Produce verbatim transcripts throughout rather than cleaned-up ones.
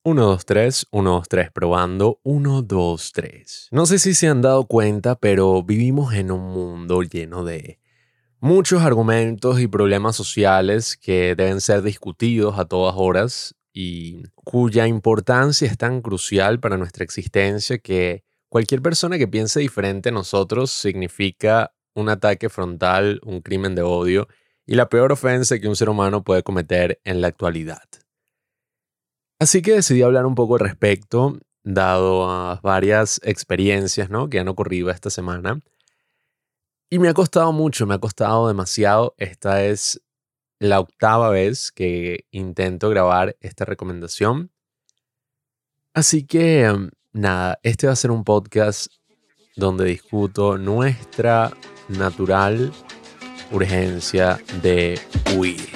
Uno, dos, tres, uno, dos, tres, probando, uno, dos, tres. No sé si se han dado cuenta, pero vivimos en un mundo lleno de muchos argumentos y problemas sociales que deben ser discutidos a todas horas y cuya importancia es tan crucial para nuestra existencia que cualquier persona que piense diferente a nosotros significa un ataque frontal, un crimen de odio y la peor ofensa que un ser humano puede cometer en la actualidad. Así que decidí hablar un poco al respecto, dado a varias experiencias, ¿no?, que han ocurrido esta semana. Y me ha costado mucho, me ha costado demasiado. Esta es la octava vez que intento grabar esta recomendación. Así que, em, nada, este va a ser un podcast donde discuto nuestra natural urgencia de huir.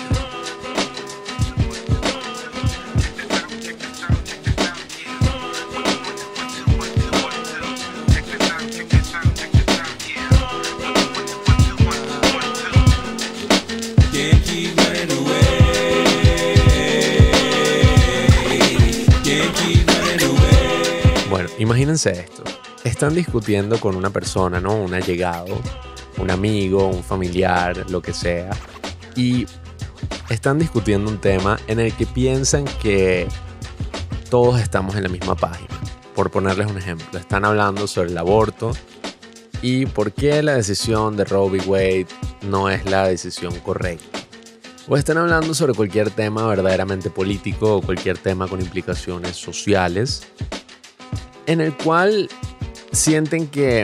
Bueno, imagínense esto. Están discutiendo con una persona, ¿no? Un allegado, un amigo, un familiar, lo que sea. Y están discutiendo un tema en el que piensan que todos estamos en la misma página. Por ponerles un ejemplo, están hablando sobre el aborto y por qué la decisión de Roe v. Wade no es la decisión correcta. O están hablando sobre cualquier tema verdaderamente político o cualquier tema con implicaciones sociales, en el cual sienten que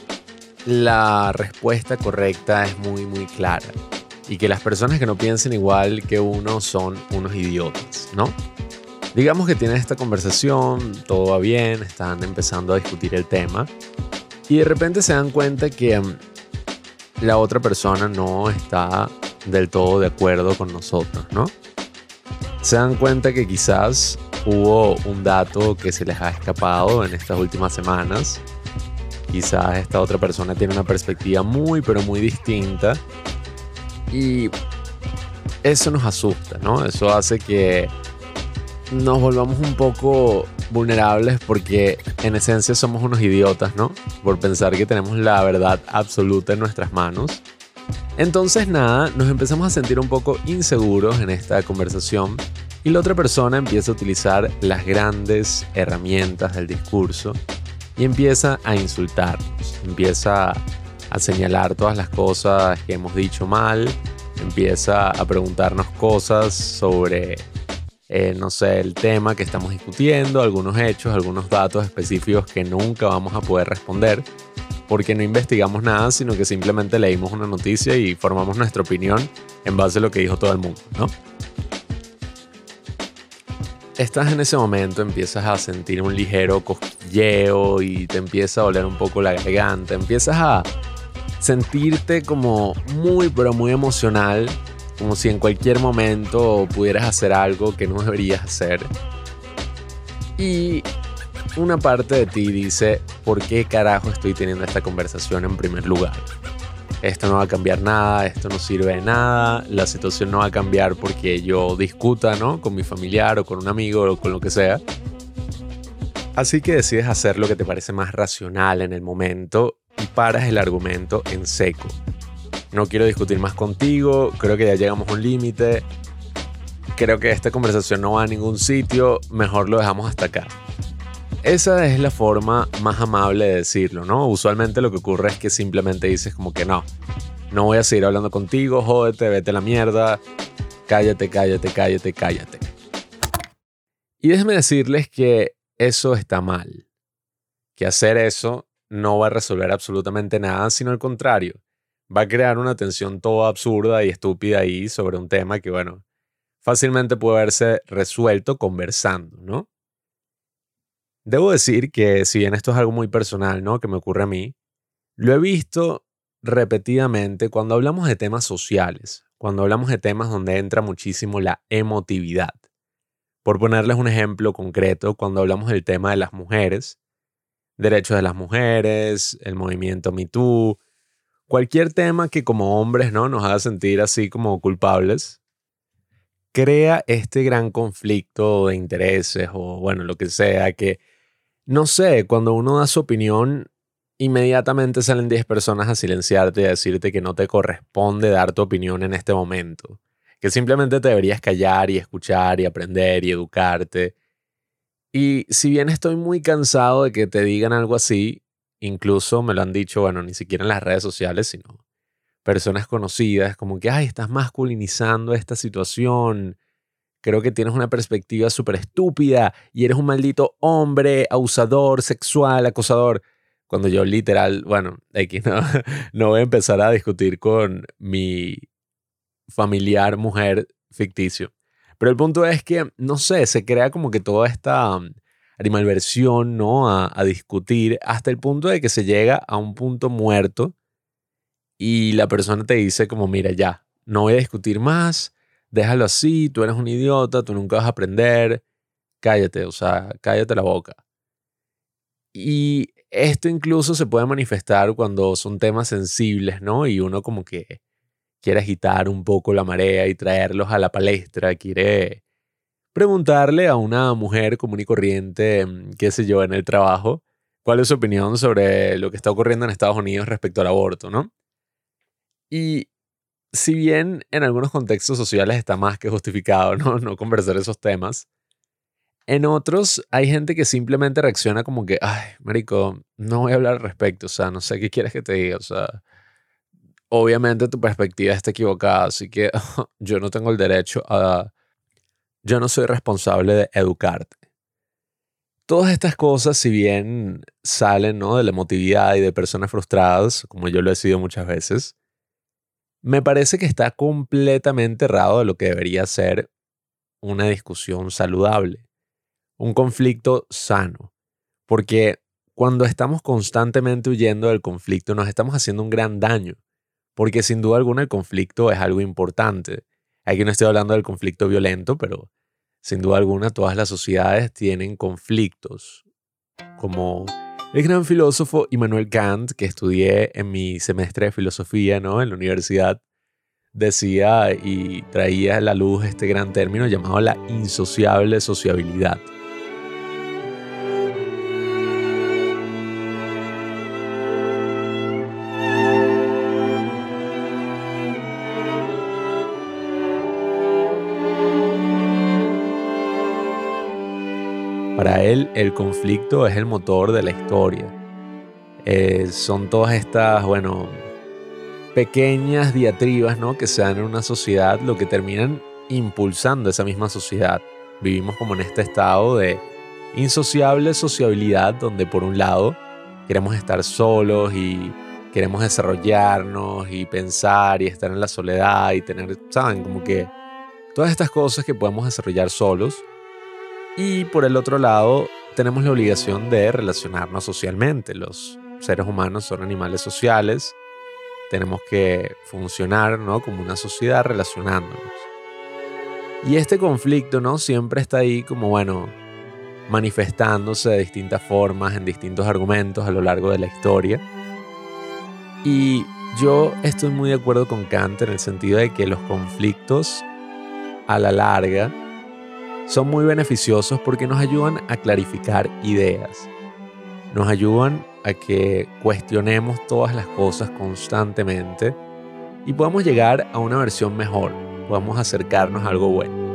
la respuesta correcta es muy, muy clara y que las personas que no piensen igual que uno son unos idiotas, ¿no? Digamos que tienen esta conversación, todo va bien, están empezando a discutir el tema y de repente se dan cuenta que um, la otra persona no está del todo de acuerdo con nosotros, ¿no? Se dan cuenta que quizás hubo un dato que se les ha escapado en estas últimas semanas. Quizás esta otra persona tiene una perspectiva muy, pero muy distinta. Y eso nos asusta, ¿no? Eso hace que nos volvamos un poco vulnerables porque en esencia somos unos idiotas, ¿no? Por pensar que tenemos la verdad absoluta en nuestras manos. Entonces nada, nos empezamos a sentir un poco inseguros en esta conversación y la otra persona empieza a utilizar las grandes herramientas del discurso y empieza a insultarnos, empieza a señalar todas las cosas que hemos dicho mal, empieza a preguntarnos cosas sobre, eh, no sé, el tema que estamos discutiendo, algunos hechos, algunos datos específicos que nunca vamos a poder responder porque no investigamos nada, sino que simplemente leímos una noticia y formamos nuestra opinión en base a lo que dijo todo el mundo, ¿no? Estás en ese momento, empiezas a sentir un ligero cosquilleo y te empieza a doler un poco la garganta, empiezas a sentirte como muy, pero muy emocional, como si en cualquier momento pudieras hacer algo que no deberías hacer. Y una parte de ti dice, ¿por qué carajo estoy teniendo esta conversación en primer lugar? Esto no va a cambiar nada, esto no sirve de nada, la situación no va a cambiar porque yo discuta, ¿no?, con mi familiar o con un amigo o con lo que sea. Así que decides hacer lo que te parece más racional en el momento y paras el argumento en seco. No quiero discutir más contigo, creo que ya llegamos a un límite, creo que esta conversación no va a ningún sitio, mejor lo dejamos hasta acá. Esa es la forma más amable de decirlo, ¿no? Usualmente lo que ocurre es que simplemente dices como que no, no voy a seguir hablando contigo, jódete, vete a la mierda, cállate, cállate, cállate, cállate. Y déjenme decirles que eso está mal, que hacer eso no va a resolver absolutamente nada, sino al contrario, va a crear una tensión toda absurda y estúpida ahí sobre un tema que, bueno, fácilmente puede haberse resuelto conversando, ¿no? Debo decir que si bien esto es algo muy personal, ¿no?, que me ocurre a mí, lo he visto repetidamente cuando hablamos de temas sociales, cuando hablamos de temas donde entra muchísimo la emotividad. Por ponerles un ejemplo concreto, cuando hablamos del tema de las mujeres, derechos de las mujeres, el movimiento Me Too, cualquier tema que como hombres, ¿no?, nos haga sentir así como culpables, crea este gran conflicto de intereses o bueno, lo que sea, que no sé, cuando uno da su opinión, inmediatamente salen diez personas a silenciarte y a decirte que no te corresponde dar tu opinión en este momento, que simplemente te deberías callar y escuchar y aprender y educarte. Y si bien estoy muy cansado de que te digan algo así, incluso me lo han dicho, bueno, ni siquiera en las redes sociales, sino personas conocidas, como que, ay, estás masculinizando esta situación. Creo que tienes una perspectiva súper estúpida y eres un maldito hombre, abusador, sexual, acosador. Cuando yo literal, bueno, aquí no, no voy a empezar a discutir con mi familiar mujer ficticio. Pero el punto es que, no sé, se crea como que toda esta um, animalversión, ¿no? A, a discutir hasta el punto de que se llega a un punto muerto y la persona te dice como, mira, ya, no voy a discutir más, déjalo así, tú eres un idiota, tú nunca vas a aprender, cállate, o sea, cállate la boca. Y esto incluso se puede manifestar cuando son temas sensibles, ¿no? Y uno como que quiere agitar un poco la marea y traerlos a la palestra, quiere preguntarle a una mujer común y corriente, mm, qué sé yo, en el trabajo, cuál es su opinión sobre lo que está ocurriendo en Estados Unidos respecto al aborto, ¿no? Y si bien en algunos contextos sociales está más que justificado, ¿no? No conversar esos temas, en otros hay gente que simplemente reacciona como que, ay, marico, no voy a hablar al respecto, o sea, no sé qué quieres que te diga, o sea, obviamente tu perspectiva está equivocada, así que yo no tengo el derecho a, yo no soy responsable de educarte. Todas estas cosas, si bien salen, ¿no? De la emotividad y de personas frustradas, como yo lo he sido muchas veces, me parece que está completamente errado de lo que debería ser una discusión saludable, un conflicto sano, porque cuando estamos constantemente huyendo del conflicto nos estamos haciendo un gran daño, porque sin duda alguna el conflicto es algo importante. Aquí no estoy hablando del conflicto violento, pero sin duda alguna todas las sociedades tienen conflictos, como el gran filósofo Immanuel Kant, que estudié en mi semestre de filosofía, ¿no? En la universidad, decía y traía a la luz este gran término llamado la insociable sociabilidad. Para él, el conflicto es el motor de la historia. Eh, son todas estas, bueno, pequeñas diatribas, ¿no? Que se dan en una sociedad, lo que terminan impulsando esa misma sociedad. Vivimos como en este estado de insociable sociabilidad, donde por un lado queremos estar solos y queremos desarrollarnos y pensar y estar en la soledad y tener, ¿saben? Como que todas estas cosas que podemos desarrollar solos. Y por el otro lado, tenemos la obligación de relacionarnos socialmente. Los seres humanos son animales sociales. Tenemos que funcionar, ¿no? Como una sociedad relacionándonos. Y este conflicto, ¿no? Siempre está ahí como, bueno, manifestándose de distintas formas, en distintos argumentos a lo largo de la historia. Y yo estoy muy de acuerdo con Kant en el sentido de que los conflictos a la larga son muy beneficiosos porque nos ayudan a clarificar ideas. Nos ayudan a que cuestionemos todas las cosas constantemente y podamos llegar a una versión mejor, podamos acercarnos a algo bueno.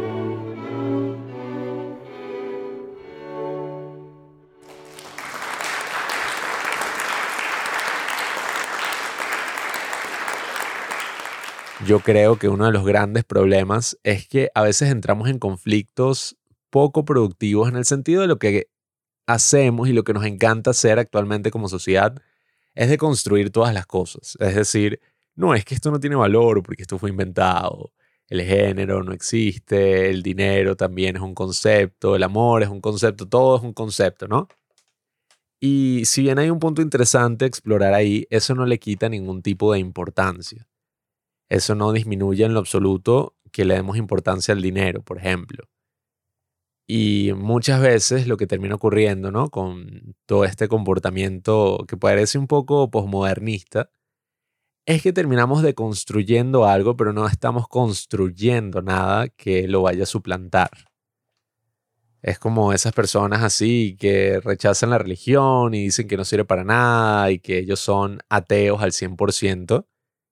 Yo creo que uno de los grandes problemas es que a veces entramos en conflictos poco productivos en el sentido de lo que hacemos y lo que nos encanta hacer actualmente como sociedad es de construir todas las cosas. Es decir, no es que esto no tiene valor porque esto fue inventado. El género no existe, el dinero también es un concepto, el amor es un concepto, todo es un concepto, ¿no? Y si bien hay un punto interesante a explorar ahí, eso no le quita ningún tipo de importancia. Eso no disminuye en lo absoluto que le demos importancia al dinero, por ejemplo. Y muchas veces lo que termina ocurriendo, ¿no? Con todo este comportamiento que parece un poco posmodernista, es que terminamos deconstruyendo algo, pero no estamos construyendo nada que lo vaya a suplantar. Es como esas personas así que rechazan la religión y dicen que no sirve para nada y que ellos son ateos al cien por ciento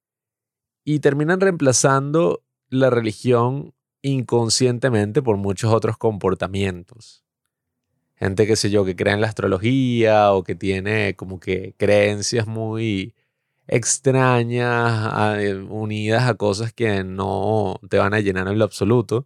y terminan reemplazando la religión inconscientemente por muchos otros comportamientos. Gente, qué sé yo, que cree en la astrología o que tiene como que creencias muy extrañas, a- eh, unidas a cosas que no te van a llenar en lo absoluto.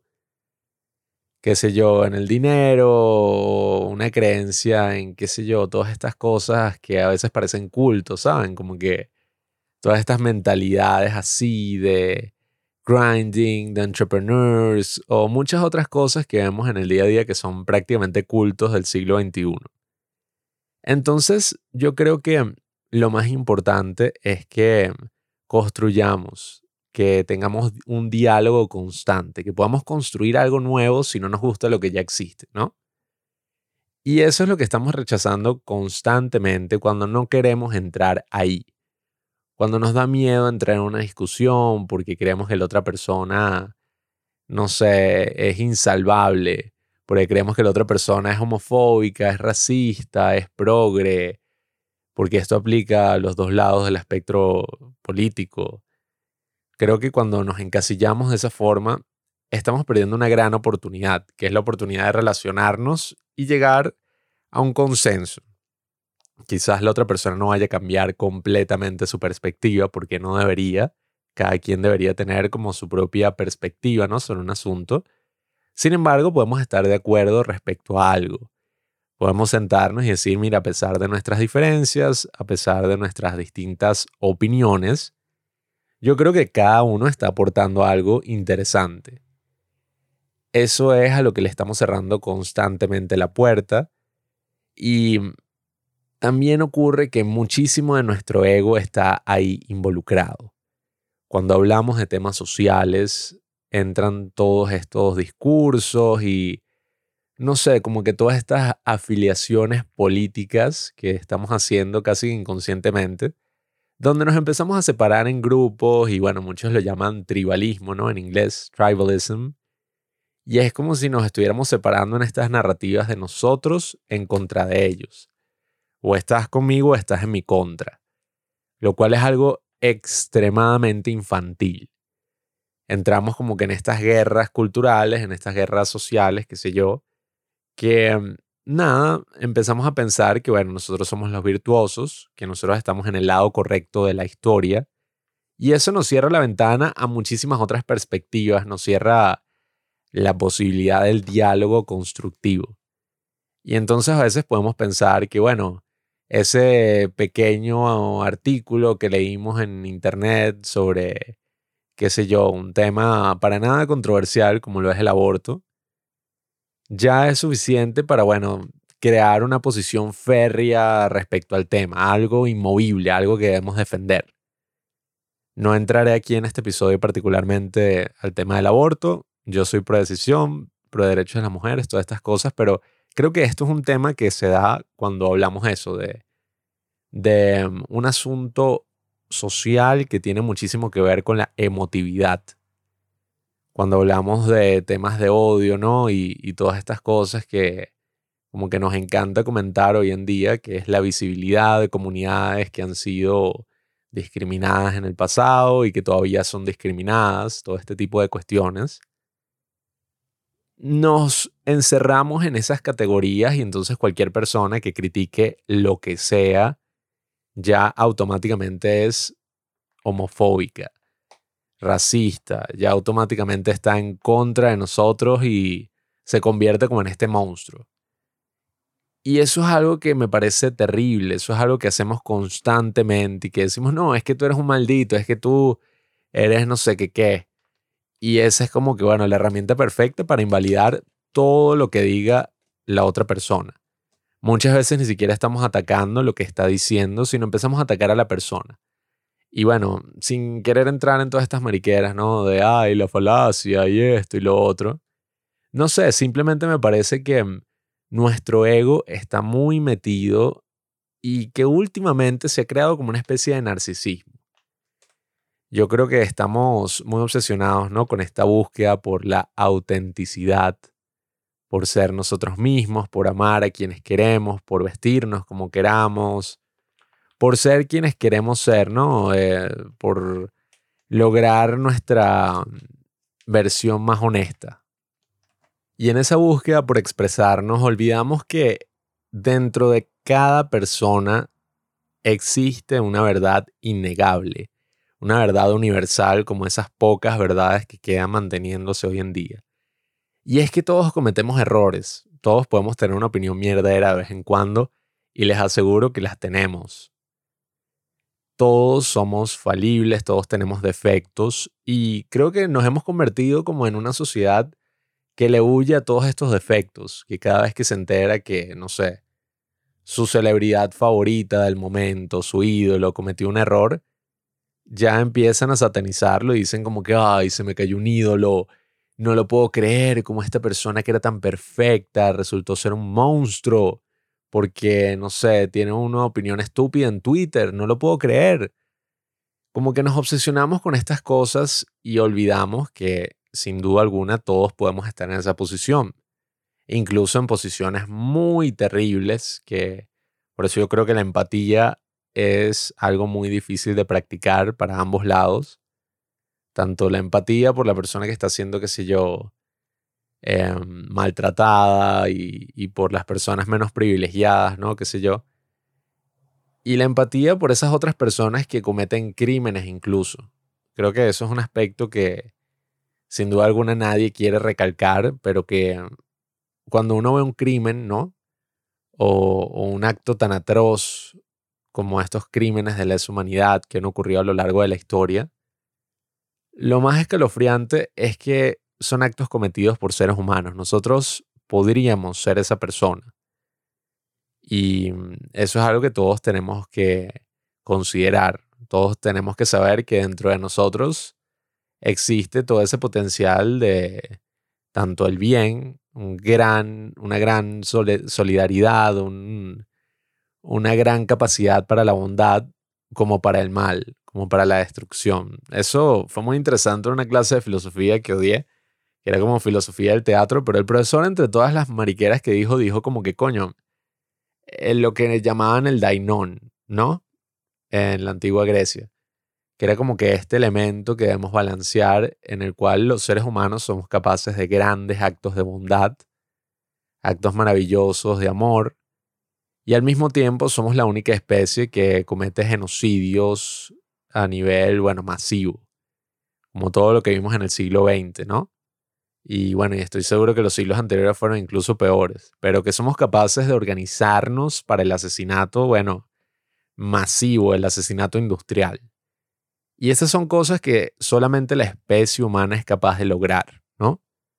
Qué sé yo, en el dinero, o una creencia en, qué sé yo, todas estas cosas que a veces parecen cultos, ¿saben? Como que todas estas mentalidades así de grinding, de entrepreneurs o muchas otras cosas que vemos en el día a día que son prácticamente cultos del siglo veintiuno. Entonces, yo creo que lo más importante es que construyamos, que tengamos un diálogo constante, que podamos construir algo nuevo si no nos gusta lo que ya existe, ¿no? Y eso es lo que estamos rechazando constantemente cuando no queremos entrar ahí. Cuando nos da miedo entrar en una discusión porque creemos que la otra persona, no sé, es insalvable, porque creemos que la otra persona es homofóbica, es racista, es progre, porque esto aplica a los dos lados del espectro político. Creo que cuando nos encasillamos de esa forma, estamos perdiendo una gran oportunidad, que es la oportunidad de relacionarnos y llegar a un consenso. Quizás la otra persona no vaya a cambiar completamente su perspectiva, porque no debería. Cada quien debería tener como su propia perspectiva, ¿no?, sobre un asunto. Sin embargo, podemos estar de acuerdo respecto a algo. Podemos sentarnos y decir, mira, a pesar de nuestras diferencias, a pesar de nuestras distintas opiniones, yo creo que cada uno está aportando algo interesante. Eso es a lo que le estamos cerrando constantemente la puerta y también ocurre que muchísimo de nuestro ego está ahí involucrado. Cuando hablamos de temas sociales, entran todos estos discursos y no sé, como que todas estas afiliaciones políticas que estamos haciendo casi inconscientemente, donde nos empezamos a separar en grupos y bueno, muchos lo llaman tribalismo, ¿no? En inglés, tribalism. Y es como si nos estuviéramos separando en estas narrativas de nosotros en contra de ellos. O estás conmigo o estás en mi contra, lo cual es algo extremadamente infantil. Entramos como que en estas guerras culturales, en estas guerras sociales, qué sé yo, que mm, nada, empezamos a pensar que, bueno, nosotros somos los virtuosos, que nosotros estamos en el lado correcto de la historia, y eso nos cierra la ventana a muchísimas otras perspectivas, nos cierra la posibilidad del diálogo constructivo. Y entonces a veces podemos pensar que, bueno, ese pequeño artículo que leímos en internet sobre, qué sé yo, un tema para nada controversial como lo es el aborto, ya es suficiente para, bueno, crear una posición férrea respecto al tema, algo inmovible, algo que debemos defender. No entraré aquí en este episodio particularmente al tema del aborto. Yo soy pro decisión, pro derechos de las mujeres, todas estas cosas, pero creo que esto es un tema que se da cuando hablamos eso de, de mm, un asunto social que tiene muchísimo que ver con la emotividad. Cuando hablamos de temas de odio, ¿no? Y, y todas estas cosas que como que nos encanta comentar hoy en día, que es la visibilidad de comunidades que han sido discriminadas en el pasado y que todavía son discriminadas, todo este tipo de cuestiones. Nos encerramos en esas categorías y entonces cualquier persona que critique lo que sea ya automáticamente es homofóbica, racista, ya automáticamente está en contra de nosotros y se convierte como en este monstruo. Y eso es algo que me parece terrible, eso es algo que hacemos constantemente y que decimos, no, es que tú eres un maldito, es que tú eres no sé qué qué. Y esa es como que, bueno, la herramienta perfecta para invalidar todo lo que diga la otra persona. Muchas veces ni siquiera estamos atacando lo que está diciendo, sino empezamos a atacar a la persona. Y bueno, sin querer entrar en todas estas mariqueras, ¿no? De, ay, la falacia y esto y lo otro. No sé, simplemente me parece que mm, nuestro ego está muy metido y que últimamente se ha creado como una especie de narcisismo. Yo creo que estamos muy obsesionados, ¿no? Con esta búsqueda por la autenticidad, por ser nosotros mismos, por amar a quienes queremos, por vestirnos como queramos, por ser quienes queremos ser, ¿no? Eh, por lograr nuestra versión más honesta. Y en esa búsqueda por expresarnos, olvidamos que dentro de cada persona existe una verdad innegable, una verdad universal como esas pocas verdades que quedan manteniéndose hoy en día. Y es que todos cometemos errores, todos podemos tener una opinión mierdera de vez en cuando y les aseguro que las tenemos. Todos somos falibles, todos tenemos defectos y creo que nos hemos convertido como en una sociedad que le huye a todos estos defectos, que cada vez que se entera que, no sé, su celebridad favorita del momento, su ídolo, cometió un error, ya empiezan a satanizarlo y dicen como que, ay, se me cayó un ídolo, no lo puedo creer, como esta persona que era tan perfecta resultó ser un monstruo, porque, no sé, tiene una opinión estúpida en Twitter, no lo puedo creer. Como que nos obsesionamos con estas cosas y olvidamos que, sin duda alguna, todos podemos estar en esa posición, incluso en posiciones muy terribles, que por eso yo creo que la empatía es algo muy difícil de practicar para ambos lados, tanto la empatía por la persona que está siendo, qué sé yo, em, maltratada y, y por las personas menos privilegiadas, ¿no? Qué sé yo. Y la empatía por esas otras personas que cometen crímenes incluso. Creo que eso es un aspecto que sin duda alguna nadie quiere recalcar, pero que cuando uno ve un crimen, ¿no? O, o un acto tan atroz como estos crímenes de lesa humanidad que han ocurrido a lo largo de la historia, lo más escalofriante es que son actos cometidos por seres humanos. Nosotros podríamos ser esa persona. Y mm, eso es algo que todos tenemos que considerar. Todos tenemos que saber que dentro de nosotros existe todo ese potencial de tanto el bien, un gran, una gran sole- solidaridad, un- una gran capacidad para la bondad, como para el mal, como para la destrucción. Eso fue muy interesante en una clase de filosofía que odié, que era como filosofía del teatro, pero el profesor, entre todas las mariqueras que dijo, dijo como que coño, en lo que llamaban el dainón, ¿no? En la antigua Grecia, que era como que este elemento que debemos balancear en el cual los seres humanos somos capaces de grandes actos de bondad, actos maravillosos de amor, y al mismo tiempo somos la única especie que comete genocidios a nivel, bueno, masivo, como todo lo que vimos en el siglo veinte, ¿no? Y bueno, y estoy seguro que los siglos anteriores fueron incluso peores, pero que somos capaces de organizarnos para el asesinato, bueno, masivo, el asesinato industrial. Y esas son cosas que solamente la especie humana es capaz de lograr, ¿no?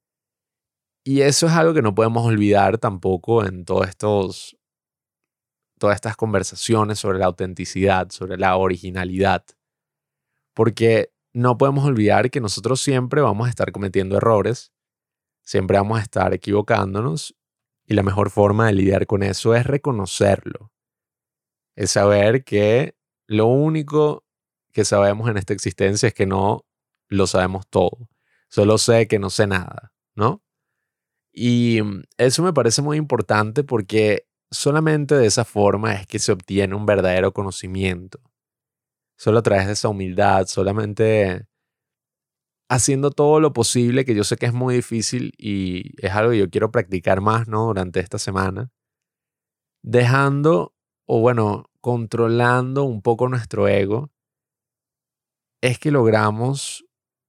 Y eso es algo que no podemos olvidar tampoco en todos estos, todas estas conversaciones sobre la autenticidad, sobre la originalidad, porque no podemos olvidar que nosotros siempre vamos a estar cometiendo errores, siempre vamos a estar equivocándonos y la mejor forma de lidiar con eso es reconocerlo, es saber que lo único que sabemos en esta existencia es que no lo sabemos todo. Solo sé que no sé nada, ¿no? Y mm, eso me parece muy importante porque solamente de esa forma es que se obtiene un verdadero conocimiento. Solo a través de esa humildad, solamente haciendo todo lo posible, que yo sé que es muy difícil y es algo que yo quiero practicar más, ¿no? Durante esta semana. Dejando, o bueno, controlando un poco nuestro ego, es que logramos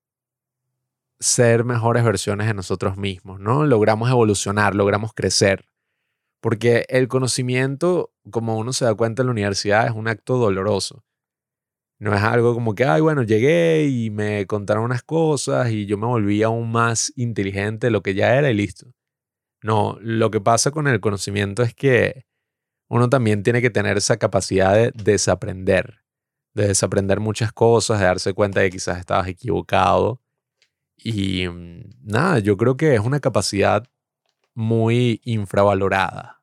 ser mejores versiones de nosotros mismos, ¿no? Logramos evolucionar, logramos crecer. Porque el conocimiento, como uno se da cuenta en la universidad, es un acto doloroso. No es algo como que, ay, bueno, llegué y me contaron unas cosas y yo me volví aún más inteligente de lo que ya era y listo. No, lo que pasa con el conocimiento es que uno también tiene que tener esa capacidad de desaprender, de desaprender muchas cosas, de darse cuenta de que quizás estabas equivocado. Y mm, nada, yo creo que es una capacidad muy infravalorada.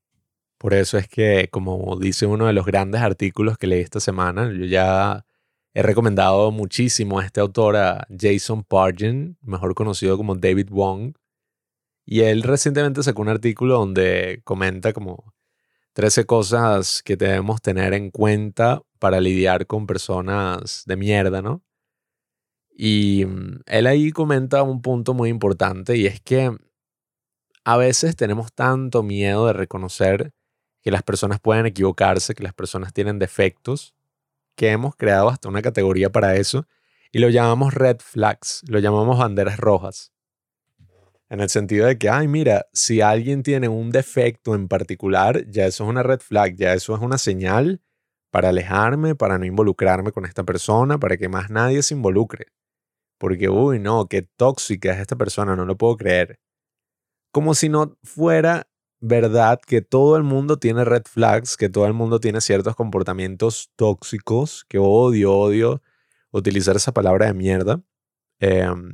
Por eso es que, como dice uno de los grandes artículos que leí esta semana, yo ya He recomendado muchísimo a este autor, a Jason Pargin, mejor conocido como David Wong, y él recientemente sacó un artículo donde comenta como trece cosas que debemos tener en cuenta para lidiar con personas de mierda, ¿no? Y mm, él ahí comenta un punto muy importante y es que a veces tenemos tanto miedo de reconocer que las personas pueden equivocarse, que las personas tienen defectos, que hemos creado hasta una categoría para eso y lo llamamos red flags, lo llamamos banderas rojas. En el sentido de que, ay, mira, si alguien tiene un defecto en particular, ya eso es una red flag, ya eso es una señal para alejarme, para no involucrarme con esta persona, para que más nadie se involucre. Porque, uy, no, qué tóxica es esta persona, no lo puedo creer. Como si no fuera verdad que todo el mundo tiene red flags, que todo el mundo tiene ciertos comportamientos tóxicos, que odio, odio utilizar esa palabra de mierda. Em,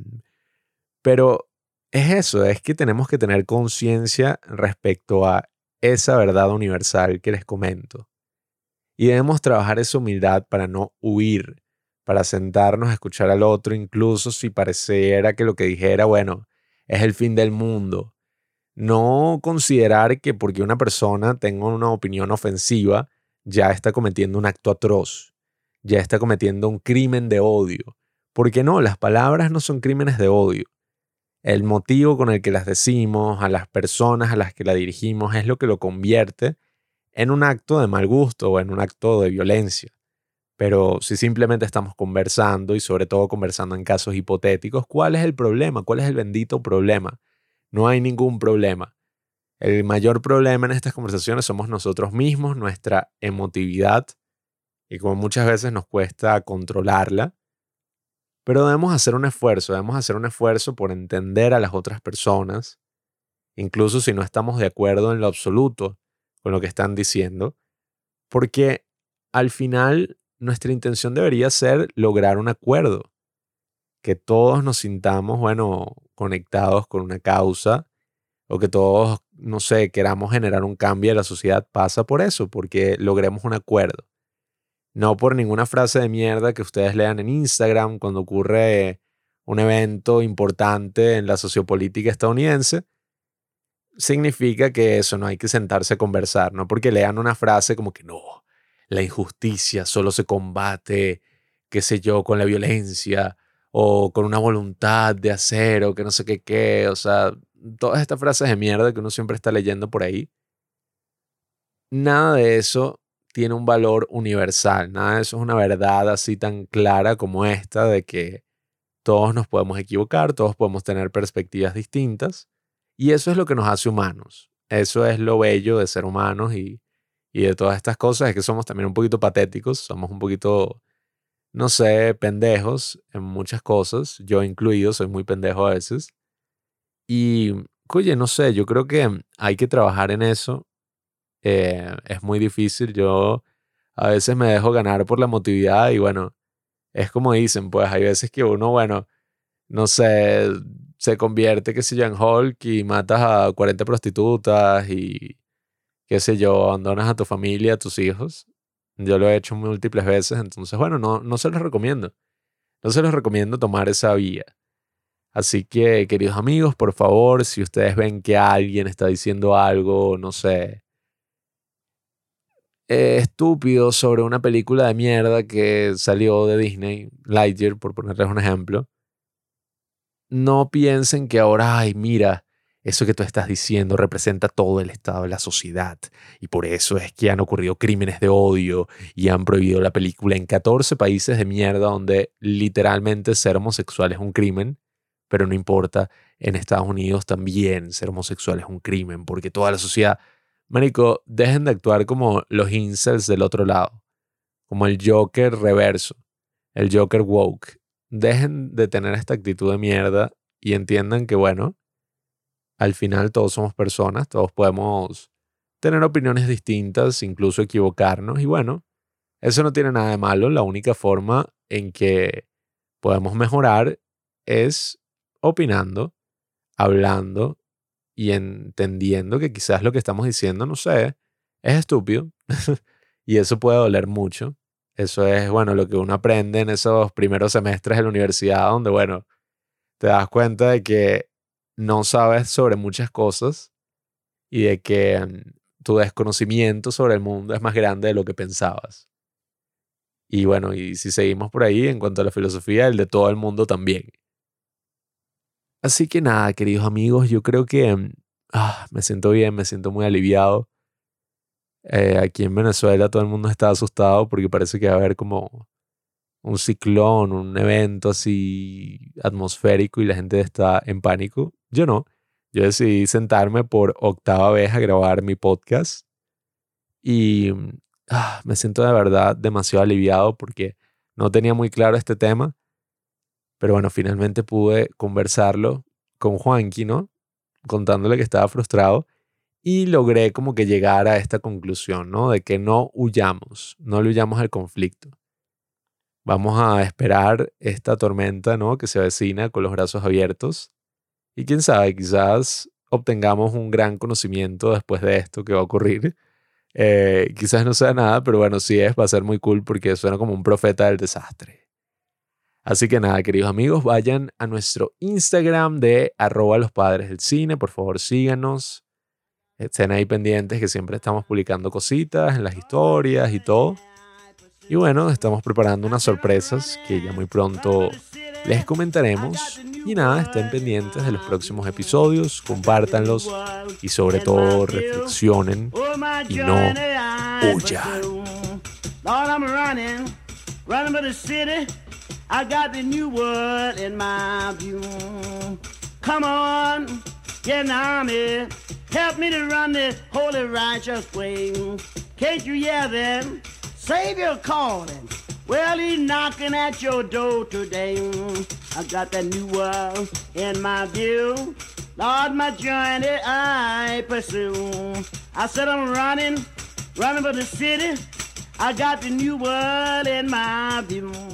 pero es eso, es que tenemos que tener conciencia respecto a esa verdad universal que les comento. Y debemos trabajar esa humildad para no huir, para sentarnos a escuchar al otro, incluso si pareciera que lo que dijera, bueno, es el fin del mundo. No considerar que porque una persona tenga una opinión ofensiva, ya está cometiendo un acto atroz, ya está cometiendo un crimen de odio. Porque no, las palabras no son crímenes de odio. El motivo con el que las decimos, a las personas a las que la dirigimos, es lo que lo convierte en un acto de mal gusto o en un acto de violencia. Pero si simplemente estamos conversando y sobre todo conversando en casos hipotéticos, ¿cuál es el problema? ¿Cuál es el bendito problema? No hay ningún problema. El mayor problema en estas conversaciones somos nosotros mismos, nuestra emotividad, y como muchas veces nos cuesta controlarla, pero debemos hacer un esfuerzo, debemos hacer un esfuerzo por entender a las otras personas, incluso si no estamos de acuerdo en lo absoluto con lo que están diciendo, porque al final nuestra intención debería ser lograr un acuerdo, que todos nos sintamos, bueno, conectados con una causa o que todos, no sé, queramos generar un cambio en la sociedad, pasa por eso, porque logremos un acuerdo. No por ninguna frase de mierda que ustedes lean en Instagram cuando ocurre un evento importante en la sociopolítica estadounidense, significa que eso, no hay que sentarse a conversar, no porque lean una frase como que no, la injusticia solo se combate, qué sé yo, con la violencia o con una voluntad de hacer o que no sé qué qué, o sea, todas estas frases de mierda que uno siempre está leyendo por ahí, nada de eso tiene un valor universal, nada de eso es una verdad así tan clara como esta de que todos nos podemos equivocar, todos podemos tener perspectivas distintas y eso es lo que nos hace humanos. Eso es lo bello de ser humanos y, y de todas estas cosas, es que somos también un poquito patéticos, somos un poquito, no sé, pendejos en muchas cosas, yo incluido, soy muy pendejo a veces. Y, oye, no sé, yo creo que hay que trabajar en eso. Eh, es muy difícil, yo a veces me dejo ganar por la emotividad y bueno, es como dicen, pues hay veces que uno, bueno, no sé, se convierte, qué sé yo, en Hulk y matas a cuarenta prostitutas y, qué sé yo, abandonas a tu familia, a tus hijos. Yo lo he hecho múltiples veces, entonces, bueno, no, no se los recomiendo. No se los recomiendo tomar esa vía. Así que, queridos amigos, por favor, si ustedes ven que alguien está diciendo algo, no sé, eh, estúpido sobre una película de mierda que salió de Disney, Lightyear, por ponerles un ejemplo, no piensen que ahora, ay, mira, eso que tú estás diciendo representa todo el estado de la sociedad y por eso es que han ocurrido crímenes de odio y han prohibido la película en catorce países de mierda donde literalmente ser homosexual es un crimen, pero no importa, en Estados Unidos también ser homosexual es un crimen porque toda la sociedad, marico, dejen de actuar como los incels del otro lado, como el Joker reverso, el Joker woke. Dejen de tener esta actitud de mierda y entiendan que, bueno, al final todos somos personas, todos podemos tener opiniones distintas, incluso equivocarnos y bueno, eso no tiene nada de malo. La única forma en que podemos mejorar es opinando, hablando y entendiendo que quizás lo que estamos diciendo, no sé, es estúpido y eso puede doler mucho. Eso es, bueno, lo que uno aprende en esos primeros semestres de la universidad, donde, bueno, te das cuenta de que no sabes sobre muchas cosas y de que mm, tu desconocimiento sobre el mundo es más grande de lo que pensabas. Y bueno, y si seguimos por ahí, en cuanto a la filosofía, el de todo el mundo también. Así que nada, queridos amigos, yo creo que mm, ah, me siento bien, me siento muy aliviado. Eh, aquí en Venezuela todo el mundo está asustado porque parece que va a haber como un ciclón, un evento así atmosférico y la gente está en pánico. Yo no. Yo decidí sentarme por octava vez a grabar mi podcast y mm, ah, me siento de verdad demasiado aliviado porque no tenía muy claro este tema, pero bueno, finalmente pude conversarlo con Juanqui, ¿no? Contándole que estaba frustrado y logré como que llegar a esta conclusión, ¿no? De que no huyamos, no le huyamos al conflicto. Vamos a esperar esta tormenta, ¿no? Que se avecina con los brazos abiertos. Y quién sabe, quizás obtengamos un gran conocimiento después de esto que va a ocurrir. Eh, quizás no sea nada, pero bueno, sí es, va a ser muy cool porque suena como un profeta del desastre. Así que nada, queridos amigos, vayan a nuestro Instagram de arroba los padres del cine. Por favor, síganos. Estén ahí pendientes que siempre estamos publicando cositas en las historias y todo. Y bueno, estamos preparando unas sorpresas que ya muy pronto les comentaremos. Y nada, estén pendientes de los próximos episodios, compártanlos y sobre todo reflexionen y no huyan. Lord, I'm running, running for the city. I got the new world in my view. Come on, get an army. Help me to run the holy righteous way. Can't you hear them? Savior calling. Well, he's knocking at your door today. I got that new world in my view. Lord, my journey I pursue. I said I'm running, running for the city. I got the new world in my view.